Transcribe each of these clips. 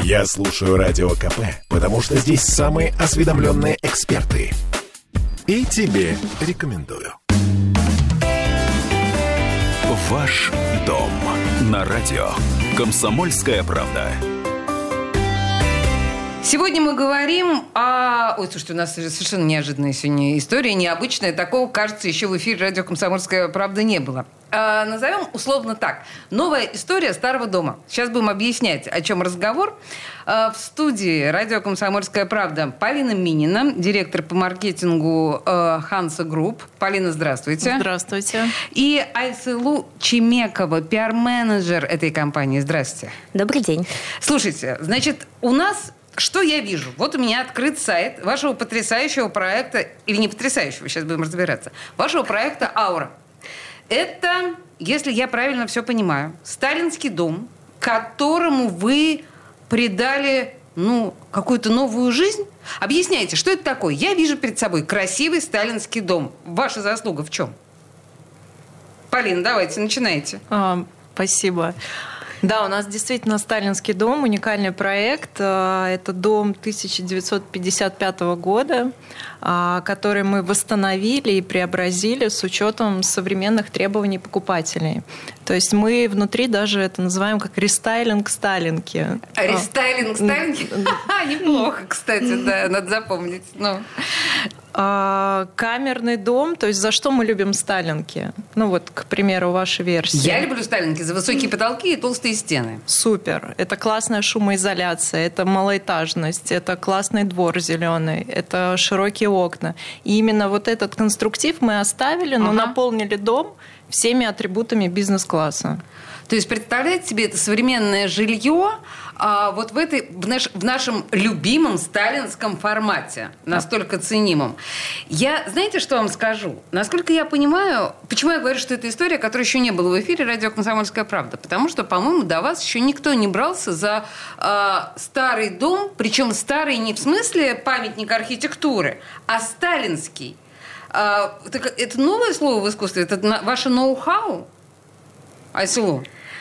Я слушаю Радио КП, потому что здесь самые осведомленные эксперты. И тебе рекомендую. Ваш дом на радио «Комсомольская правда». Сегодня мы говорим о... Ой, слушайте, у нас совершенно неожиданная сегодня история, необычная. Такого, кажется, еще в эфире радио «Комсомольская правда» не было. Назовем условно так. Новая история старого дома. Сейчас будем объяснять, о чем разговор. В студии радио «Комсомольская правда» Полина Минина, директор по маркетингу Hansa Group. Полина, здравствуйте. Здравствуйте. И Айсылу Чемекова, пиар-менеджер этой компании. Здравствуйте. Добрый день. Слушайте, значит, у нас... Что я вижу? Вот у меня открыт сайт вашего потрясающего проекта, или не потрясающего, сейчас будем разбираться, вашего проекта «Аура». Это, если я правильно все понимаю, сталинский дом, которому вы придали, какую-то новую жизнь. Объясняйте, что это такое? Я вижу перед собой красивый сталинский дом. Ваша заслуга в чем? Полина, давайте, начинайте. Спасибо. Да, у нас действительно сталинский дом, уникальный проект. Это дом 1955 года, который мы восстановили и преобразили с учетом современных требований покупателей. То есть мы внутри даже это называем как рестайлинг Сталинки. Рестайлинг Сталинки? Неплохо, кстати, да, надо запомнить. Камерный дом, то есть за что мы любим Сталинки? К примеру, вашей версии. Я люблю Сталинки за высокие потолки и толстые стены. Супер. Это классная шумоизоляция, это малоэтажность, это классный двор зеленый, это широкие окна. И именно вот этот конструктив мы оставили, но наполнили дом всеми атрибутами бизнес-класса. То есть, представляете себе, это современное жилье вот в нашем любимом сталинском формате, настолько ценимом. Знаете, что вам скажу? Насколько я понимаю, почему я говорю, что это история, которая еще не была в эфире радио «Комсомольская правда», потому что, по-моему, до вас еще никто не брался за старый дом, причем старый не в смысле памятник архитектуры, а сталинский. Это новое слово в искусстве? Это ваше ноу-хау? Айсылу?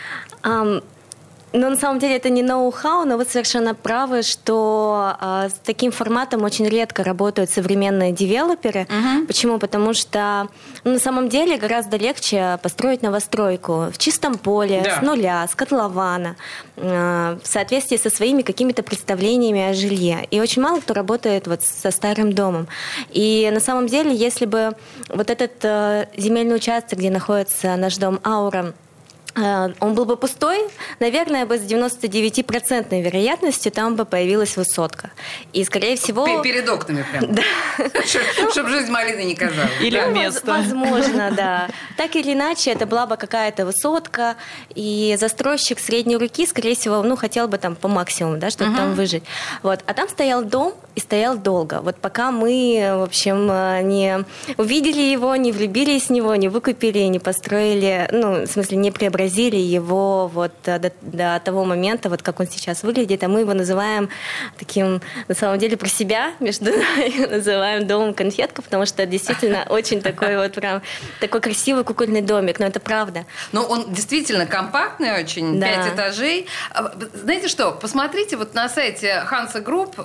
Но на самом деле это не ноу-хау, но вы совершенно правы, что с таким форматом очень редко работают современные девелоперы. Почему? Потому что на самом деле гораздо легче построить новостройку в чистом поле, с нуля, с котлована, в соответствии со своими какими-то представлениями о жилье. И очень мало кто работает со старым домом. И на самом деле, если бы вот этот земельный участок, где находится наш дом «Аура», он был бы пустой, наверное, бы с 99% вероятностью там бы появилась высотка. И, скорее всего... Перед окнами прям. Да. Чтобы жизнь малиной не казалась. Или место. Возможно, да. Так или иначе, это была бы какая-то высотка, и застройщик средней руки, скорее всего, хотел бы там по максимуму, чтобы там выжить. А там стоял дом, и стоял долго. Пока мы, в общем, не увидели его, не влюбились в него, не выкупили, не построили, в смысле, не преобразили его до того момента, как он сейчас выглядит, а мы его называем таким, на самом деле, про себя, между нами называем домом конфетка, потому что это действительно очень такой прям такой красивый кукольный домик, но это правда. Но он действительно компактный очень, 5 этажей. Знаете что, посмотрите на сайте Hansa Group,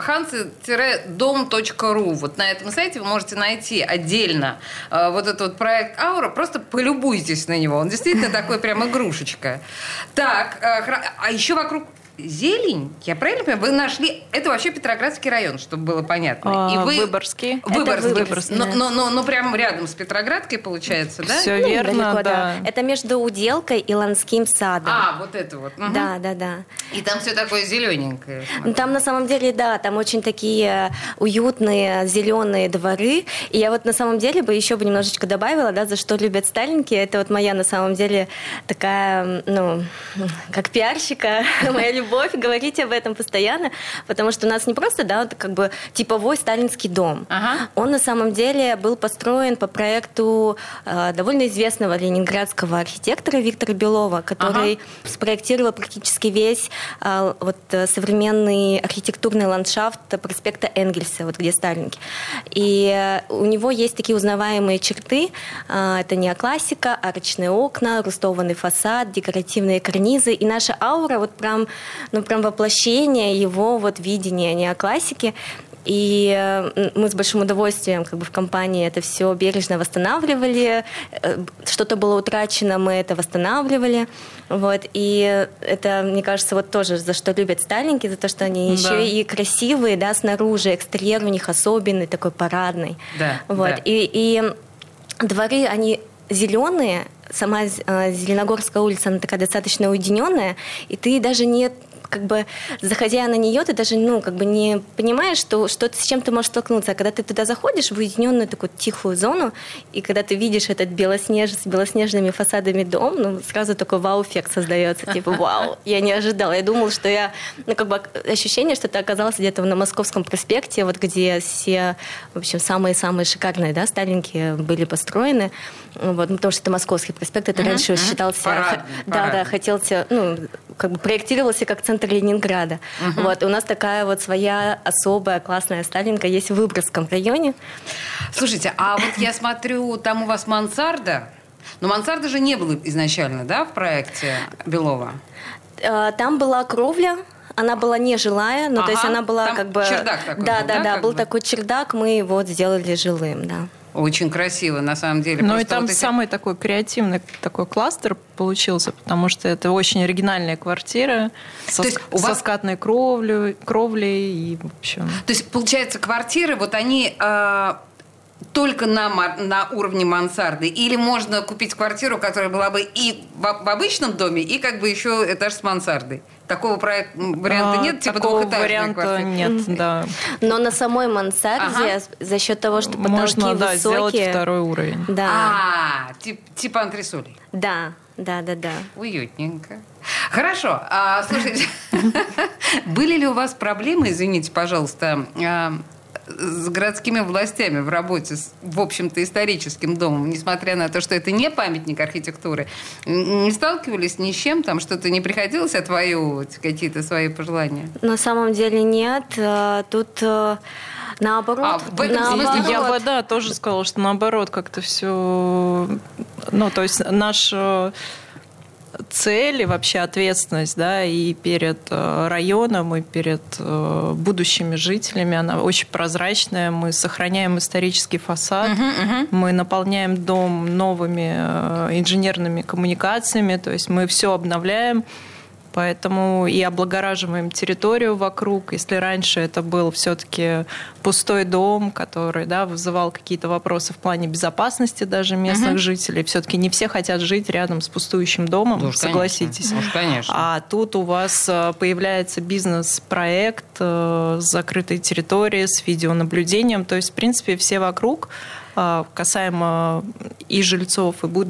hansa-dom.ru, на этом сайте вы можете найти отдельно этот проект «Аура», просто полюбуйтесь на него, он действительно такой прям игрушечка. Так, а еще вокруг зелень, я правильно понимаю? Вы нашли... Это вообще Петроградский район, чтобы было понятно. Выборгский. Выборгский. Но прямо рядом с Петроградкой, получается, да? Все верно, далеко, да. Это между Уделкой и Ланским садом. Вот это вот. Угу. Да. И там все такое зелененькое. Там на самом деле, там очень такие уютные зеленые дворы. И я на самом деле еще бы немножечко добавила, за что любят сталинки. Это моя на самом деле такая, как пиарщика, моя любовь говорить об этом постоянно, потому что у нас не просто, типовой сталинский дом. Он на самом деле был построен по проекту довольно известного ленинградского архитектора Виктора Белова, который спроектировал практически весь современный архитектурный ландшафт проспекта Энгельса, где Сталинки. И у него есть такие узнаваемые черты. Это неоклассика, арочные окна, рустованный фасад, декоративные карнизы. И наша аура прям прям воплощение его вот видения неоклассики. И мы с большим удовольствием в компании это все бережно восстанавливали. Что-то было утрачено, мы это восстанавливали. Вот. И это, мне кажется, вот тоже за что любят сталинки, за то, что они еще и красивые, да, снаружи, экстерьер у них особенный, такой парадный. Да, вот. да. И дворы, они зеленые, сама Зеленогорская улица, она такая достаточно уединенная, и ты даже не... заходя на нее, ты даже, не понимаешь, что с чем ты можешь столкнуться. А когда ты туда заходишь, в уединенную такую тихую зону, и когда ты видишь этот с белоснежными фасадами дом, сразу такой вау-эффект создается. Типа, вау, я не ожидала. Я думала, что я... ощущение, что ты оказался где-то на Московском проспекте, вот где все, в общем, самые-самые шикарные, да, сталинки были построены. Вот, потому что это Московский проспект, это раньше считался... Парадный. Хотелся, проектировался как центр Ленинграда. Вот, и у нас такая вот своя особая классная сталинка есть в Выборгском районе. Слушайте, а вот я смотрю, там у вас мансарда. Но мансарды же не было изначально, да, в проекте Белова? Там была кровля. Она была нежилая, то есть она была чердак такой был, да, был такой чердак, мы его сделали жилым, да. Очень красиво, на самом деле. Ну и там самый такой креативный такой кластер получился, потому что это очень оригинальная квартира со скатной кровлей и в общем. То есть, получается, квартиры, вот они только на уровне мансарды? Или можно купить квартиру, которая была бы и в обычном доме, и еще этаж с мансардой? Такого варианта нет? Типа двухэтажной квартиры? Нет, да. Но на самой мансарде за счет того, что потолки можно, высокие... сделать второй уровень. Да. Типа антресолей? Да. Уютненько. Хорошо. Слушайте, были ли у вас проблемы, извините, пожалуйста, с городскими властями в работе с, в общем-то, историческим домом, несмотря на то, что это не памятник архитектуры? Не сталкивались ни с чем? Там что-то не приходилось отвоевывать, какие-то свои пожелания? На самом деле нет. Тут наоборот. В этом смысле я бы, тоже сказала, что наоборот как-то все... то есть наша цель и вообще ответственность, да, и перед районом, и перед будущими жителями, она очень прозрачная. Мы сохраняем исторический фасад, мы наполняем дом новыми инженерными коммуникациями, то есть мы все обновляем. Поэтому и облагораживаем территорию вокруг. Если раньше это был все-таки пустой дом, который вызывал какие-то вопросы в плане безопасности даже местных жителей, все-таки не все хотят жить рядом с пустующим домом, согласитесь. Конечно. А тут у вас появляется бизнес-проект с закрытой территорией, с видеонаблюдением. То есть, в принципе, все вокруг, касаемо и жильцов, и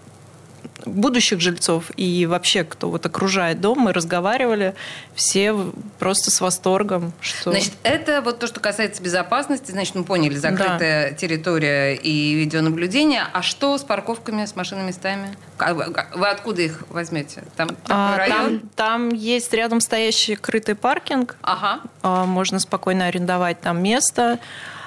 будущих жильцов и вообще, кто окружает дом, мы разговаривали, все просто с восторгом. Что... Значит, это вот то, что касается безопасности, значит, мы поняли, закрытая территория и видеонаблюдение. А что с парковками, с машиноместами? Вы откуда их возьмете? Там такой район? Там есть рядом стоящий крытый паркинг. Можно спокойно арендовать там место.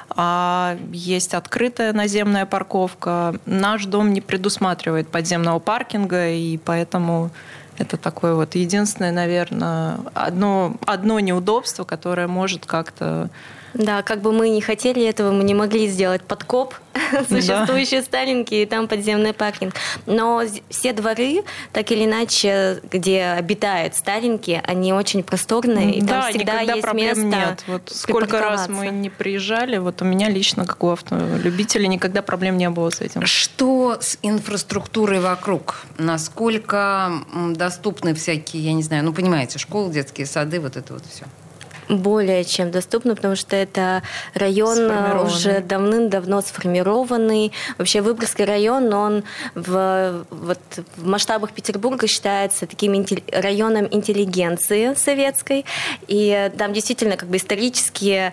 Есть открытая наземная парковка. Наш дом не предусматривает подземного паркинга, и поэтому это такое единственное, наверное, одно неудобство, которое может как-то... Да, как бы мы не хотели этого, мы не могли сделать подкоп существующие сталинки и там подземный паркинг. Но все дворы, так или иначе, где обитают сталинки, они очень просторные, и там всегда есть место. Нет. Сколько раз мы не приезжали, у меня лично, как у автолюбителя, никогда проблем не было с этим. Что с инфраструктурой вокруг? Насколько доступны всякие, я не знаю, понимаете, школы, детские сады, это все? Более чем доступно, потому что это район уже давным-давно сформированный. Вообще Выборгский район, он в масштабах Петербурга считается таким районом интеллигенции советской. И там действительно исторические,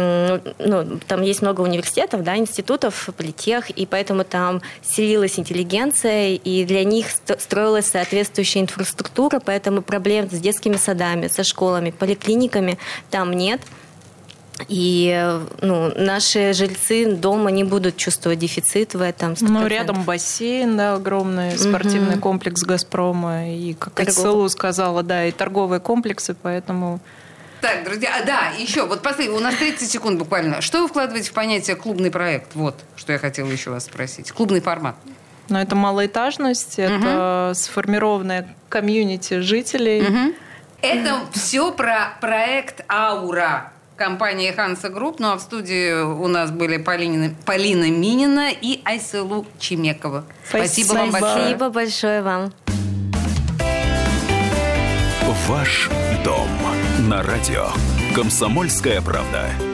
там есть много университетов, институтов, политех, и поэтому там селилась интеллигенция, и для них строилась соответствующая инфраструктура, поэтому проблем с детскими садами, со школами, поликлиниками там нет. И наши жильцы дома не будут чувствовать дефицит в этом. 100%. Рядом бассейн, да, огромный спортивный комплекс «Газпрома». И, как Айсылу сказала, да, и торговые комплексы, поэтому... Так, друзья, еще, вот последний, у нас 30 секунд буквально. Что вы вкладываете в понятие «клубный проект»? Вот, что я хотела еще вас спросить. Клубный формат. Это малоэтажность, это сформированная комьюнити жителей. Это все про проект «Аура». Компания «Ханса Групп». А в студии у нас были Полина Минина и Айсылу Чемекова. Спасибо вам большое. Спасибо большое вам. Ваш дом на радио «Комсомольская правда».